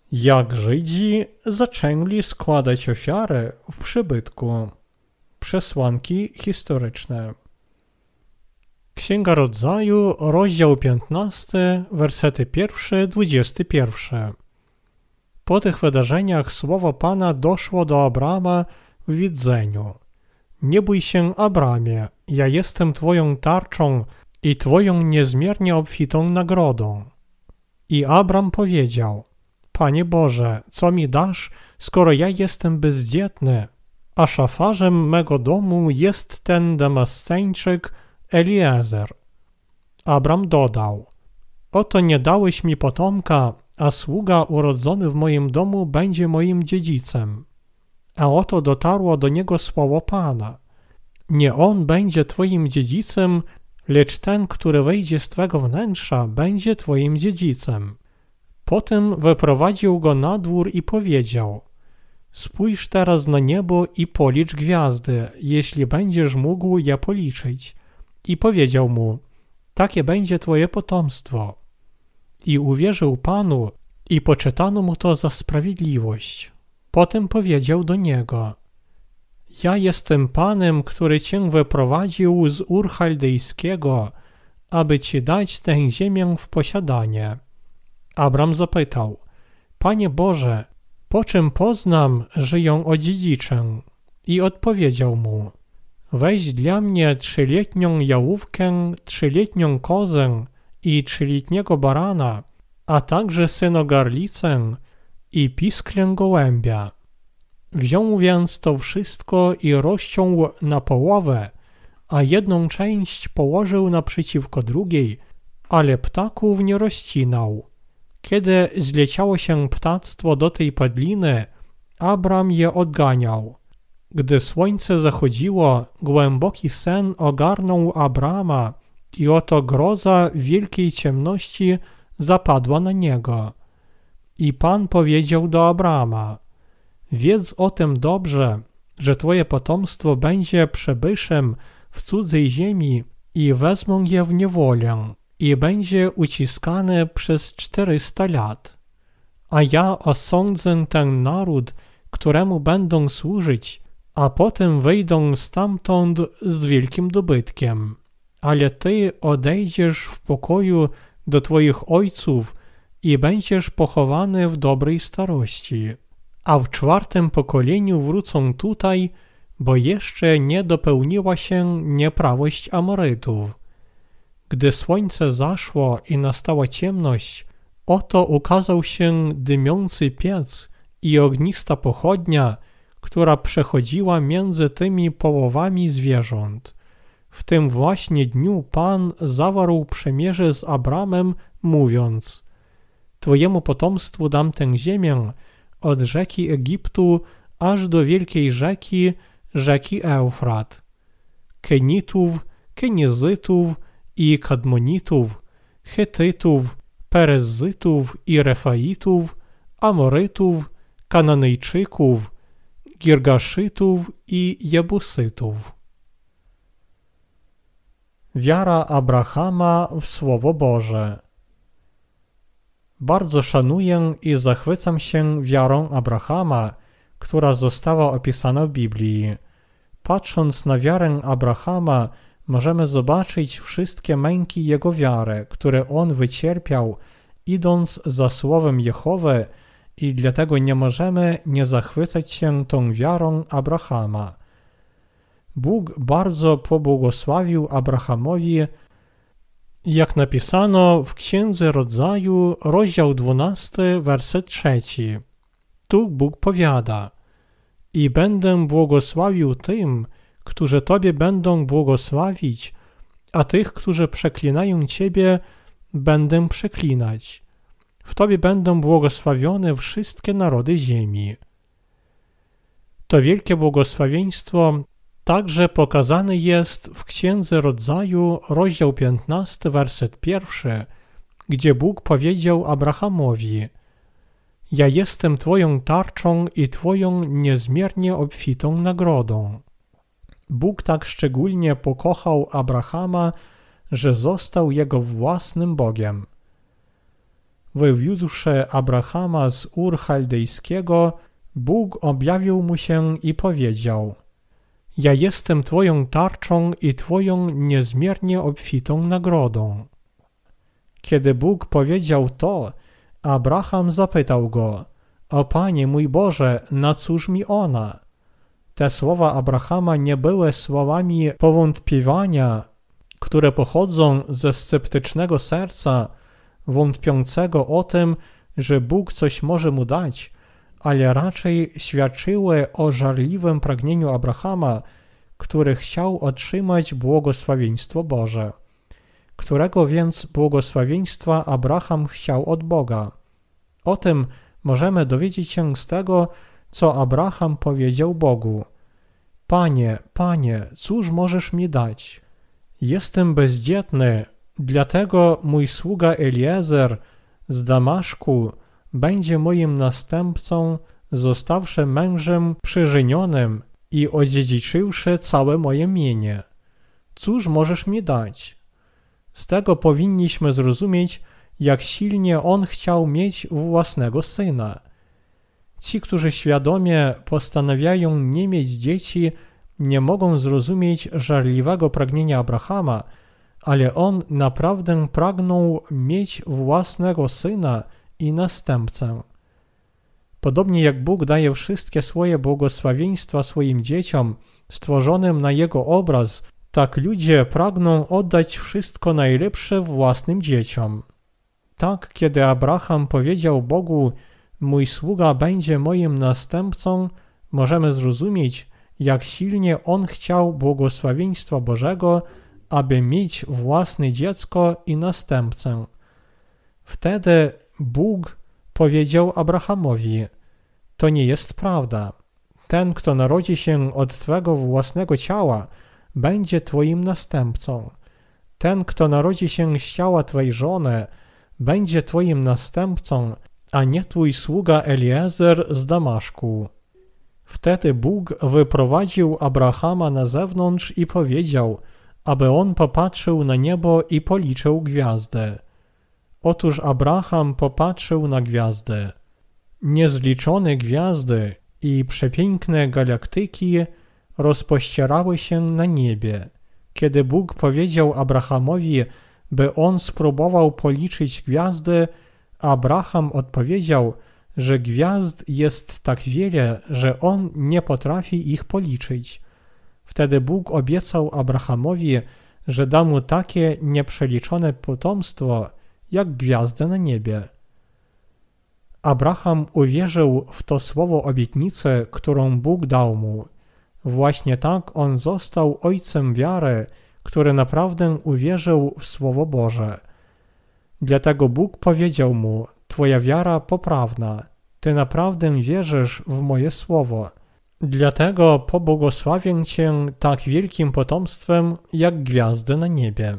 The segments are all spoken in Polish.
Jak Żydzi zaczęli składać ofiary w przybytku. Przesłanki historyczne. Księga Rodzaju, rozdział 15, wersety 1-21. Po tych wydarzeniach słowo Pana doszło do Abrama w widzeniu. Nie bój się, Abramie, ja jestem Twoją tarczą i Twoją niezmiernie obfitą nagrodą. I Abram powiedział: Panie Boże, co mi dasz, skoro ja jestem bezdzietny, a szafarzem mego domu jest ten Damasceńczyk Eliezer. Abram dodał: Oto nie dałeś mi potomka, a sługa urodzony w moim domu będzie moim dziedzicem. A oto dotarło do niego słowo Pana. Nie on będzie Twoim dziedzicem, lecz ten, który wejdzie z Twego wnętrza, będzie Twoim dziedzicem. Potem wyprowadził go na dwór i powiedział: Spójrz teraz na niebo i policz gwiazdy, jeśli będziesz mógł je policzyć. I powiedział mu: Takie będzie Twoje potomstwo. I uwierzył Panu i poczytano mu to za sprawiedliwość. Potem powiedział do niego: Ja jestem Panem, który Cię wyprowadził z Ur Chaldejskiego, aby Ci dać tę ziemię w posiadanie. Abram zapytał: Panie Boże, po czym poznam, że ją odziedziczę? I odpowiedział mu: Weź dla mnie 3-letnią jałówkę, 3-letnią kozę i 3-letniego barana, a także synogarlicę i pisklę gołębia. Wziął więc to wszystko i rozciął na połowę, a jedną część położył naprzeciwko drugiej, ale ptaków nie rozcinał. Kiedy zleciało się ptactwo do tej padliny, Abram je odganiał. Gdy słońce zachodziło, głęboki sen ogarnął Abrama i oto groza wielkiej ciemności zapadła na niego. I Pan powiedział do Abrama: Wiedz o tym dobrze, że Twoje potomstwo będzie przybyszem w cudzej ziemi i wezmą je w niewolę i będzie uciskane przez 400 lat. A ja osądzę ten naród, któremu będą służyć, a potem wyjdą stamtąd z wielkim dobytkiem. Ale Ty odejdziesz w pokoju do Twoich ojców i będziesz pochowany w dobrej starości. A w 4. pokoleniu wrócą tutaj, bo jeszcze nie dopełniła się nieprawość Amorytów. Gdy słońce zaszło i nastała ciemność, oto ukazał się dymiący piec i ognista pochodnia, która przechodziła między tymi połowami zwierząt. W tym właśnie dniu Pan zawarł przymierze z Abramem, mówiąc: Twojemu potomstwu dam tę ziemię, od rzeki Egiptu aż do wielkiej rzeki, rzeki Eufrat. Kenitów, Kenizytów i Kadmonitów, Chetytów, Perezzytów i Refaitów, Amorytów, Kananejczyków, Girgaszytów i Jebusytów. Wiara Abrahama w Słowo Boże. Bardzo szanuję i zachwycam się wiarą Abrahama, która została opisana w Biblii. Patrząc na wiarę Abrahama, możemy zobaczyć wszystkie męki jego wiary, które on wycierpiał, idąc za słowem Jehowy, i dlatego nie możemy nie zachwycać się tą wiarą Abrahama. Bóg bardzo pobłogosławił Abrahamowi, jak napisano w Księdze Rodzaju, rozdział 12, werset 3. Tu Bóg powiada: I będę błogosławił tym, którzy Tobie będą błogosławić, a tych, którzy przeklinają Ciebie, będę przeklinać. W Tobie będą błogosławione wszystkie narody ziemi. To wielkie błogosławieństwo także pokazane jest w Księdze Rodzaju, rozdział 15, werset 1, gdzie Bóg powiedział Abrahamowi: Ja jestem Twoją tarczą i Twoją niezmiernie obfitą nagrodą. Bóg tak szczególnie pokochał Abrahama, że został jego własnym Bogiem. wywiódłszy Abrahama z Ur Chaldejskiego, Bóg objawił mu się i powiedział: Ja jestem Twoją tarczą i Twoją niezmiernie obfitą nagrodą. Kiedy Bóg powiedział to, Abraham zapytał go: O Panie mój Boże, na cóż mi ona? Te słowa Abrahama nie były słowami powątpiewania, które pochodzą ze sceptycznego serca, wątpiącego o tym, że Bóg coś może mu dać, ale raczej świadczyły o żarliwym pragnieniu Abrahama, który chciał otrzymać błogosławieństwo Boże. Którego więc błogosławieństwa Abraham chciał od Boga? O tym możemy dowiedzieć się z tego, co Abraham powiedział Bogu: Panie, Panie, cóż możesz mi dać? Jestem bezdzietny, dlatego mój sługa Eliezer z Damaszku będzie moim następcą, zostawszy mężem przyżenionym i odziedziczywszy całe moje mienie. Cóż możesz mi dać? Z tego powinniśmy zrozumieć, jak silnie on chciał mieć własnego syna. Ci, którzy świadomie postanawiają nie mieć dzieci, nie mogą zrozumieć żarliwego pragnienia Abrahama, ale on naprawdę pragnął mieć własnego syna i następcę. Podobnie jak Bóg daje wszystkie swoje błogosławieństwa swoim dzieciom, stworzonym na Jego obraz, tak ludzie pragną oddać wszystko najlepsze własnym dzieciom. Tak, kiedy Abraham powiedział Bogu: Mój sługa będzie moim następcą, możemy zrozumieć, jak silnie on chciał błogosławieństwa Bożego, aby mieć własne dziecko i następcę. Wtedy Bóg powiedział Abrahamowi: To nie jest prawda. Ten, kto narodzi się od Twego własnego ciała, będzie Twoim następcą. Ten, kto narodzi się z ciała Twej żony, będzie Twoim następcą, a nie Twój sługa Eliezer z Damaszku. Wtedy Bóg wyprowadził Abrahama na zewnątrz i powiedział, aby on popatrzył na niebo i policzył gwiazdy. Otóż Abraham popatrzył na gwiazdy. Niezliczone gwiazdy i przepiękne galaktyki rozpościerały się na niebie. Kiedy Bóg powiedział Abrahamowi, by on spróbował policzyć gwiazdy, Abraham odpowiedział, że gwiazd jest tak wiele, że on nie potrafi ich policzyć. Wtedy Bóg obiecał Abrahamowi, że da mu takie nieprzeliczone potomstwo, jak gwiazdy na niebie. Abraham uwierzył w to słowo obietnicy, którą Bóg dał mu. Właśnie tak on został ojcem wiary, który naprawdę uwierzył w Słowo Boże. Dlatego Bóg powiedział mu: Twoja wiara poprawna, ty naprawdę wierzysz w moje słowo. Dlatego pobłogosławię cię tak wielkim potomstwem, jak gwiazdy na niebie.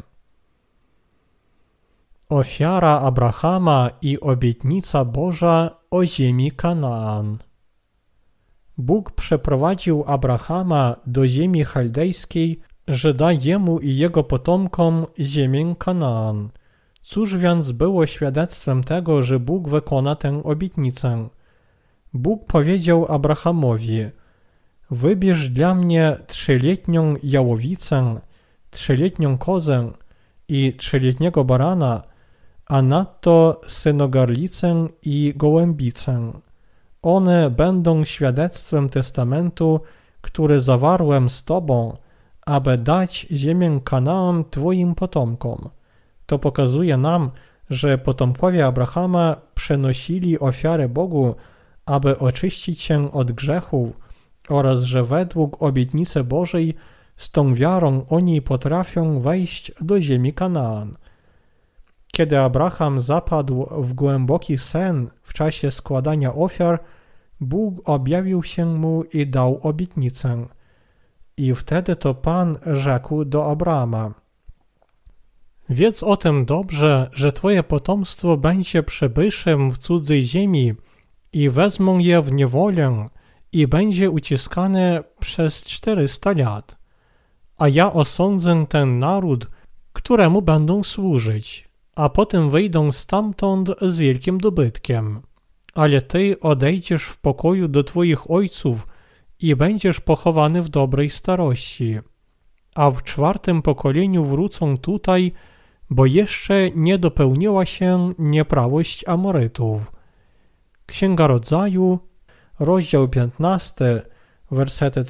Ofiara Abrahama i obietnica Boża o ziemi Kanaan. Bóg przeprowadził Abrahama do ziemi chaldejskiej, że da jemu i jego potomkom ziemię Kanaan. Cóż więc było świadectwem tego, że Bóg wykona tę obietnicę? Bóg powiedział Abrahamowi: Wybierz dla mnie 3-letnią jałowicę, 3-letnią kozę i 3-letniego barana, a nadto synogarlicę i gołębicę. One będą świadectwem testamentu, który zawarłem z Tobą, aby dać ziemię Kanaan Twoim potomkom. To pokazuje nam, że potomkowie Abrahama przynosili ofiarę Bogu, aby oczyścić się od grzechów, oraz że według obietnicy Bożej z tą wiarą oni potrafią wejść do ziemi Kanaan. Kiedy Abraham zapadł w głęboki sen w czasie składania ofiar, Bóg objawił się mu i dał obietnicę. I wtedy to Pan rzekł do Abrama: Wiedz o tym dobrze, że Twoje potomstwo będzie przybyszem w cudzej ziemi i wezmą je w niewolę i będzie uciskane przez 400 lat. A ja osądzę ten naród, któremu będą służyć, a potem wyjdą stamtąd z wielkim dobytkiem. Ale ty odejdziesz w pokoju do twoich ojców i będziesz pochowany w dobrej starości. A w 4. pokoleniu wrócą tutaj, bo jeszcze nie dopełniła się nieprawość Amorytów. Księga Rodzaju, rozdział 15, wersety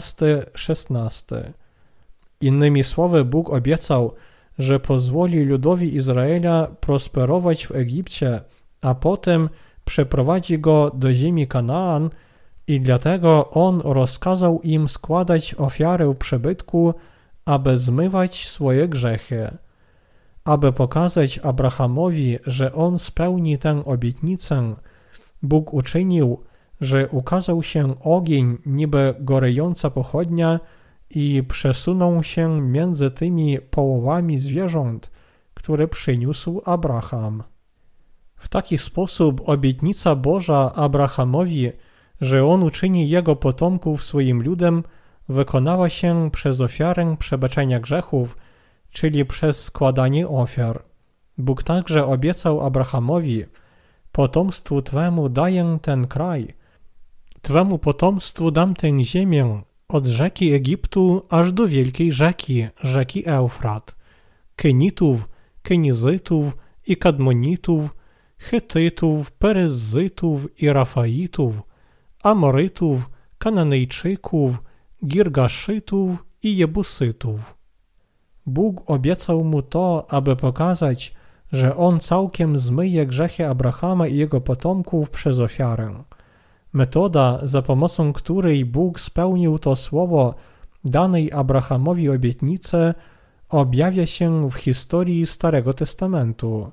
13-16. Innymi słowy, Bóg obiecał, że pozwoli ludowi Izraela prosperować w Egipcie, a potem przeprowadzi go do ziemi Kanaan i dlatego On rozkazał im składać ofiarę przybytku, aby zmywać swoje grzechy. Aby pokazać Abrahamowi, że on spełni tę obietnicę, Bóg uczynił, że ukazał się ogień niby gorejąca pochodnia i przesunął się między tymi połowami zwierząt, które przyniósł Abraham. W taki sposób obietnica Boża Abrahamowi, że on uczyni jego potomków swoim ludem, wykonała się przez ofiarę przebaczenia grzechów, czyli przez składanie ofiar. Bóg także obiecał Abrahamowi: potomstwu Twemu daję ten kraj, Twemu potomstwu dam tę ziemię, od rzeki Egiptu aż do wielkiej rzeki, rzeki Eufrat, Kenitów, Kenizytów i Kadmonitów, Chetytów, Peryzytów i Rafaitów, Amorytów, Kananejczyków, Girgaszytów i Jebusytów. Bóg obiecał mu to, aby pokazać, że on całkiem zmyje grzechy Abrahama i jego potomków przez ofiarę. Metoda, za pomocą której Bóg spełnił to słowo danej Abrahamowi obietnicy, objawia się w historii Starego Testamentu.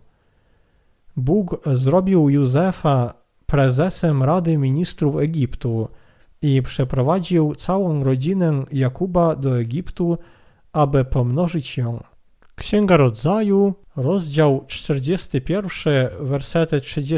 Bóg zrobił Józefa prezesem Rady Ministrów Egiptu i przeprowadził całą rodzinę Jakuba do Egiptu, aby pomnożyć ją. Księga Rodzaju, rozdział 41, wersety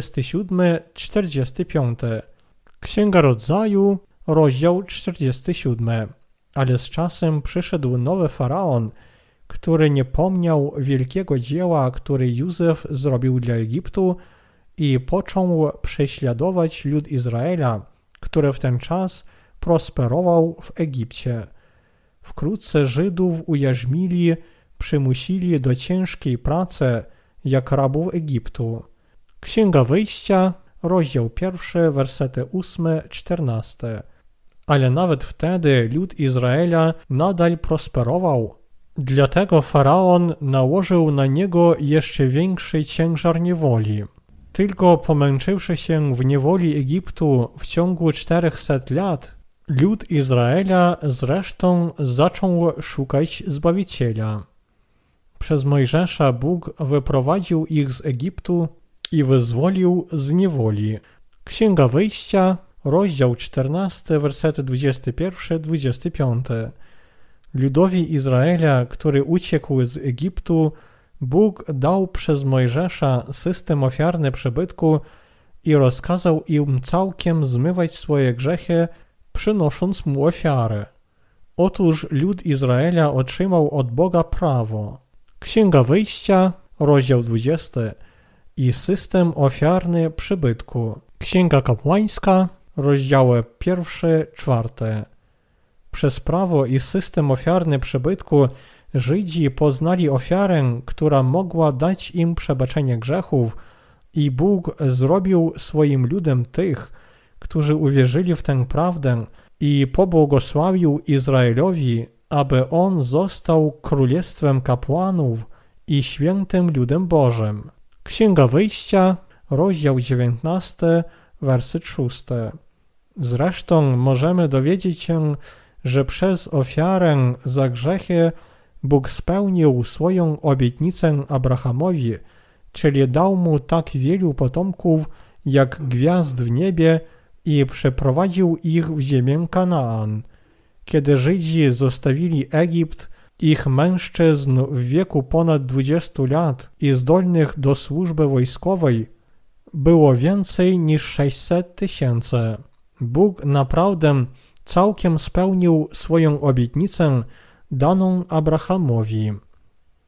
37-45. Księga Rodzaju, rozdział 47. Ale z czasem przyszedł nowy faraon, który nie pomniał wielkiego dzieła, które Józef zrobił dla Egiptu i począł prześladować lud Izraela, który w ten czas prosperował w Egipcie. Wkrótce Żydów ujarzmili, przymusili do ciężkiej pracy, jak rabów Egiptu. Księga Wyjścia, rozdział 1, wersety 8-14. Ale nawet wtedy lud Izraela nadal prosperował. Dlatego faraon nałożył na niego jeszcze większy ciężar niewoli. Tylko pomęczywszy się w niewoli Egiptu w ciągu 400 lat, lud Izraela zresztą zaczął szukać Zbawiciela. Przez Mojżesza Bóg wyprowadził ich z Egiptu i wyzwolił z niewoli. Księga Wyjścia, rozdział 14, wersety 21-25. Ludowi Izraela, który uciekł z Egiptu, Bóg dał przez Mojżesza system ofiarny przybytku i rozkazał im całkiem zmywać swoje grzechy, przynosząc mu ofiarę. Otóż lud Izraela otrzymał od Boga prawo. Księga Wyjścia, rozdział 20 i system ofiarny przybytku. Księga Kapłańska, rozdziały 1-4. Przez prawo i system ofiarny przybytku Żydzi poznali ofiarę, która mogła dać im przebaczenie grzechów, i Bóg zrobił swoim ludem tych, którzy uwierzyli w tę prawdę, i pobłogosławił Izraelowi, aby on został królestwem kapłanów i świętym ludem Bożym. Księga Wyjścia, rozdział 19, werset 6. Zresztą możemy dowiedzieć się, że przez ofiarę za grzechy Bóg spełnił swoją obietnicę Abrahamowi, czyli dał mu tak wielu potomków jak gwiazd w niebie i przeprowadził ich w ziemię Kanaan. Kiedy Żydzi zostawili Egipt, ich mężczyzn w wieku ponad 20 lat i zdolnych do służby wojskowej było więcej niż 600 000. Bóg naprawdę całkiem spełnił swoją obietnicę daną Abrahamowi.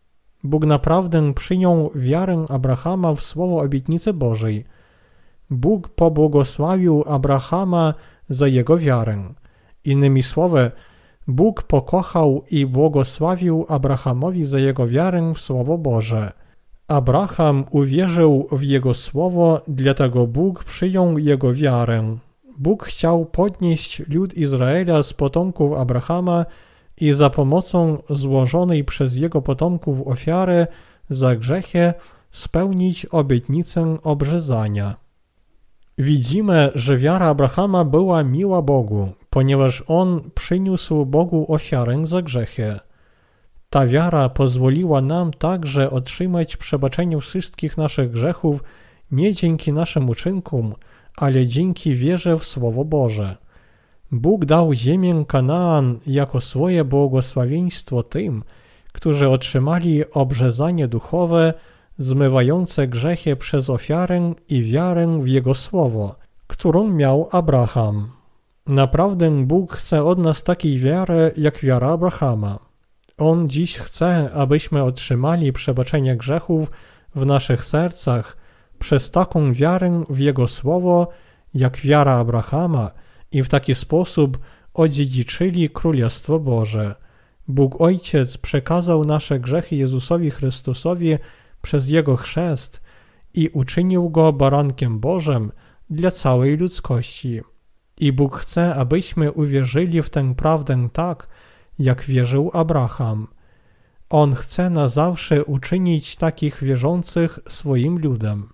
Bóg naprawdę przyjął wiarę Abrahama w słowo obietnicy Bożej. Bóg pobłogosławił Abrahama za jego wiarę. Innymi słowy, Bóg pokochał i błogosławił Abrahamowi za jego wiarę w Słowo Boże. Abraham uwierzył w jego słowo, dlatego Bóg przyjął jego wiarę. Bóg chciał podnieść lud Izraela z potomków Abrahama i za pomocą złożonej przez jego potomków ofiary za grzechy spełnić obietnicę obrzezania. Widzimy, że wiara Abrahama była miła Bogu, ponieważ on przyniósł Bogu ofiarę za grzechy. Ta wiara pozwoliła nam także otrzymać przebaczenie wszystkich naszych grzechów nie dzięki naszym uczynkom, ale dzięki wierze w Słowo Boże. Bóg dał ziemię Kanaan jako swoje błogosławieństwo tym, którzy otrzymali obrzezanie duchowe zmywające grzechy przez ofiarę i wiarę w Jego Słowo, którą miał Abraham. Naprawdę Bóg chce od nas takiej wiary jak wiara Abrahama. On dziś chce, abyśmy otrzymali przebaczenie grzechów w naszych sercach przez taką wiarę w Jego Słowo jak wiara Abrahama i w taki sposób odziedziczyli Królestwo Boże. Bóg Ojciec przekazał nasze grzechy Jezusowi Chrystusowi przez Jego chrzest i uczynił Go barankiem Bożym dla całej ludzkości. I Bóg chce, abyśmy uwierzyli w tę prawdę tak, jak wierzył Abraham. On chce na zawsze uczynić takich wierzących swoim ludem.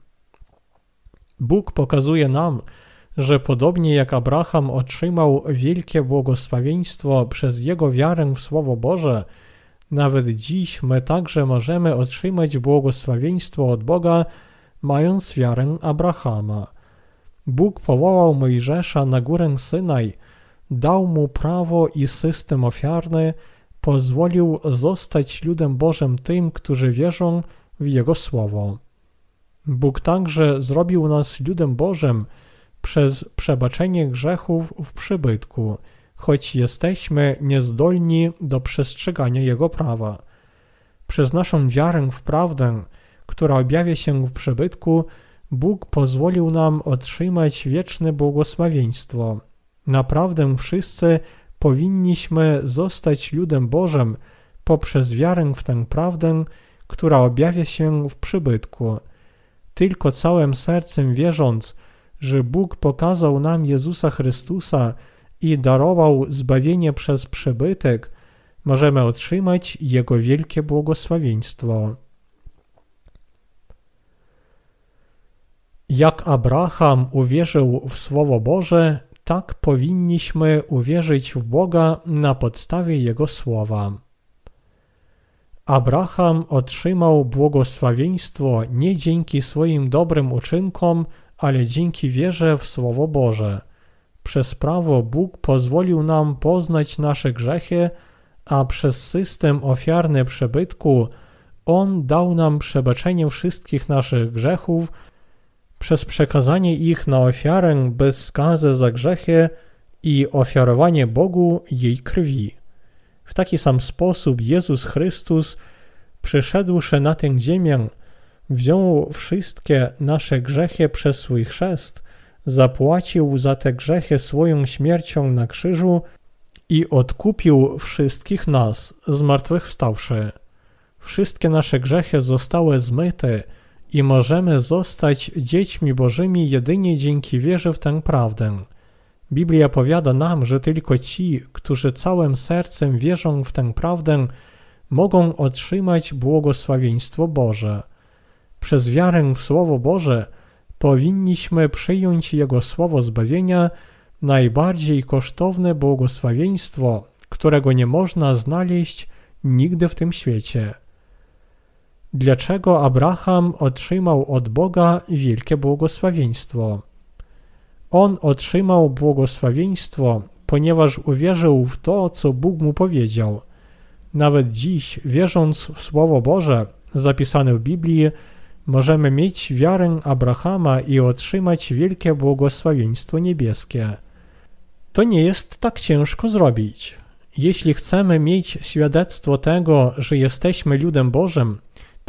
Bóg pokazuje nam, że podobnie jak Abraham otrzymał wielkie błogosławieństwo przez jego wiarę w Słowo Boże, nawet dziś my także możemy otrzymać błogosławieństwo od Boga, mając wiarę Abrahama. Bóg powołał Mojżesza na górę Synaj, dał mu prawo i system ofiarny, pozwolił zostać ludem Bożym tym, którzy wierzą w Jego Słowo. Bóg także zrobił nas ludem Bożym przez przebaczenie grzechów w przybytku, choć jesteśmy niezdolni do przestrzegania Jego prawa. Przez naszą wiarę w prawdę, która objawia się w przybytku, Bóg pozwolił nam otrzymać wieczne błogosławieństwo. Naprawdę wszyscy powinniśmy zostać ludem Bożym poprzez wiarę w tę prawdę, która objawia się w przybytku. Tylko całym sercem wierząc, że Bóg pokazał nam Jezusa Chrystusa i darował zbawienie przez przybytek, możemy otrzymać Jego wielkie błogosławieństwo. Jak Abraham uwierzył w Słowo Boże, tak powinniśmy uwierzyć w Boga na podstawie Jego Słowa. Abraham otrzymał błogosławieństwo nie dzięki swoim dobrym uczynkom, ale dzięki wierze w Słowo Boże. Przez prawo Bóg pozwolił nam poznać nasze grzechy, a przez system ofiarny przybytku On dał nam przebaczenie wszystkich naszych grzechów przez przekazanie ich na ofiarę bez skazy za grzechy i ofiarowanie Bogu jej krwi. W taki sam sposób Jezus Chrystus, przyszedłszy na tę ziemię, wziął wszystkie nasze grzechy przez swój chrzest, zapłacił za te grzechy swoją śmiercią na krzyżu i odkupił wszystkich nas, zmartwychwstawszy. Wszystkie nasze grzechy zostały zmyte i możemy zostać dziećmi Bożymi jedynie dzięki wierze w tę prawdę. Biblia powiada nam, że tylko ci, którzy całym sercem wierzą w tę prawdę, mogą otrzymać błogosławieństwo Boże. Przez wiarę w Słowo Boże powinniśmy przyjąć Jego Słowo zbawienia, najbardziej kosztowne błogosławieństwo, którego nie można znaleźć nigdy w tym świecie. Dlaczego Abraham otrzymał od Boga wielkie błogosławieństwo? On otrzymał błogosławieństwo, ponieważ uwierzył w to, co Bóg mu powiedział. Nawet dziś, wierząc w Słowo Boże zapisane w Biblii, możemy mieć wiarę Abrahama i otrzymać wielkie błogosławieństwo niebieskie. To nie jest tak ciężko zrobić. Jeśli chcemy mieć świadectwo tego, że jesteśmy ludem Bożym,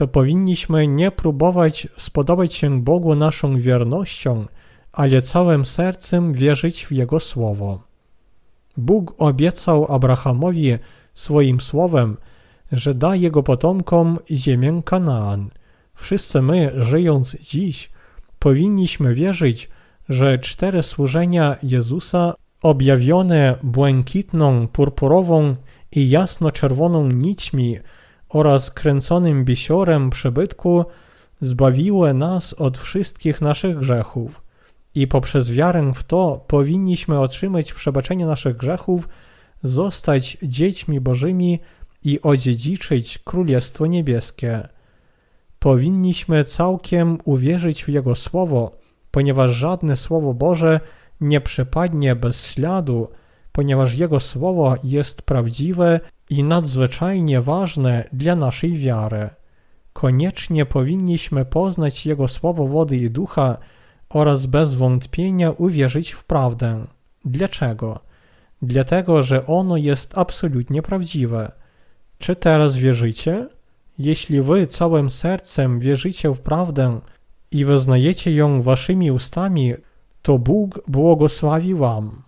to powinniśmy nie próbować spodobać się Bogu naszą wiernością, ale całym sercem wierzyć w Jego słowo. Bóg obiecał Abrahamowi swoim słowem, że da jego potomkom ziemię Kanaan. Wszyscy my, żyjąc dziś, powinniśmy wierzyć, że 4 służenia Jezusa, objawione błękitną, purpurową i jasno-czerwoną nićmi oraz kręconym bisiorem przybytku, zbawiły nas od wszystkich naszych grzechów. I poprzez wiarę w to powinniśmy otrzymać przebaczenie naszych grzechów, zostać dziećmi Bożymi i odziedziczyć Królestwo Niebieskie. Powinniśmy całkiem uwierzyć w Jego Słowo, ponieważ żadne Słowo Boże nie przepadnie bez śladu, ponieważ Jego Słowo jest prawdziwe i nadzwyczajnie ważne dla naszej wiary. Koniecznie powinniśmy poznać Jego Słowo wody i ducha oraz bez wątpienia uwierzyć w prawdę. Dlaczego? Dlatego, że ono jest absolutnie prawdziwe. Czy teraz wierzycie? Jeśli wy całym sercem wierzycie w prawdę i wyznajecie ją waszymi ustami, to Bóg błogosławi wam.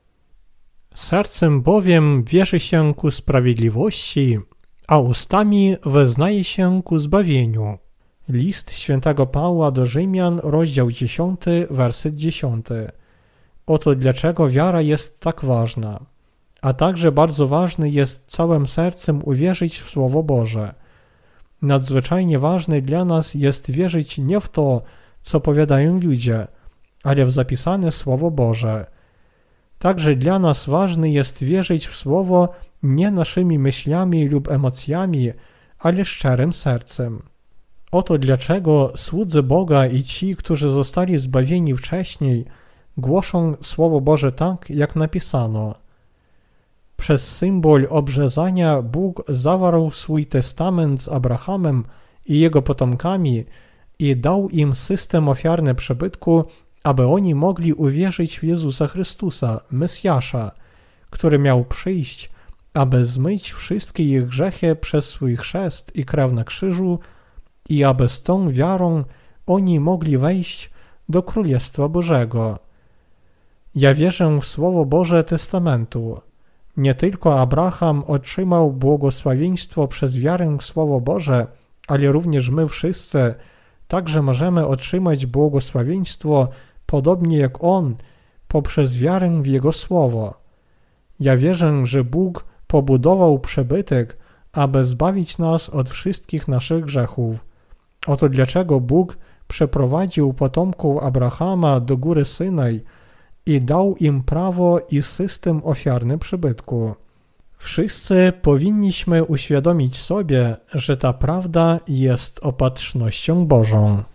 Sercem bowiem wierzy się ku sprawiedliwości, a ustami wyznaje się ku zbawieniu. List świętego Pawła do Rzymian, rozdział 10, werset 10. Oto dlaczego wiara jest tak ważna. A także bardzo ważne jest całym sercem uwierzyć w Słowo Boże. Nadzwyczajnie ważne dla nas jest wierzyć nie w to, co powiadają ludzie, ale w zapisane Słowo Boże. Także dla nas ważne jest wierzyć w Słowo nie naszymi myślami lub emocjami, ale szczerym sercem. Oto dlaczego słudzy Boga i ci, którzy zostali zbawieni wcześniej, głoszą Słowo Boże tak, jak napisano. Przez symbol obrzezania Bóg zawarł swój testament z Abrahamem i jego potomkami i dał im system ofiarny przybytku, aby oni mogli uwierzyć w Jezusa Chrystusa, Mesjasza, który miał przyjść, aby zmyć wszystkie ich grzechy przez swój chrzest i krew na krzyżu i aby z tą wiarą oni mogli wejść do Królestwa Bożego. Ja wierzę w Słowo Boże Testamentu. Nie tylko Abraham otrzymał błogosławieństwo przez wiarę w Słowo Boże, ale również my wszyscy także możemy otrzymać błogosławieństwo podobnie jak on poprzez wiarę w Jego Słowo. Ja wierzę, że Bóg pobudował przybytek, aby zbawić nas od wszystkich naszych grzechów. Oto dlaczego Bóg przeprowadził potomków Abrahama do góry Synaj i dał im prawo i system ofiarny przybytku. Wszyscy powinniśmy uświadomić sobie, że ta prawda jest opatrznością Bożą.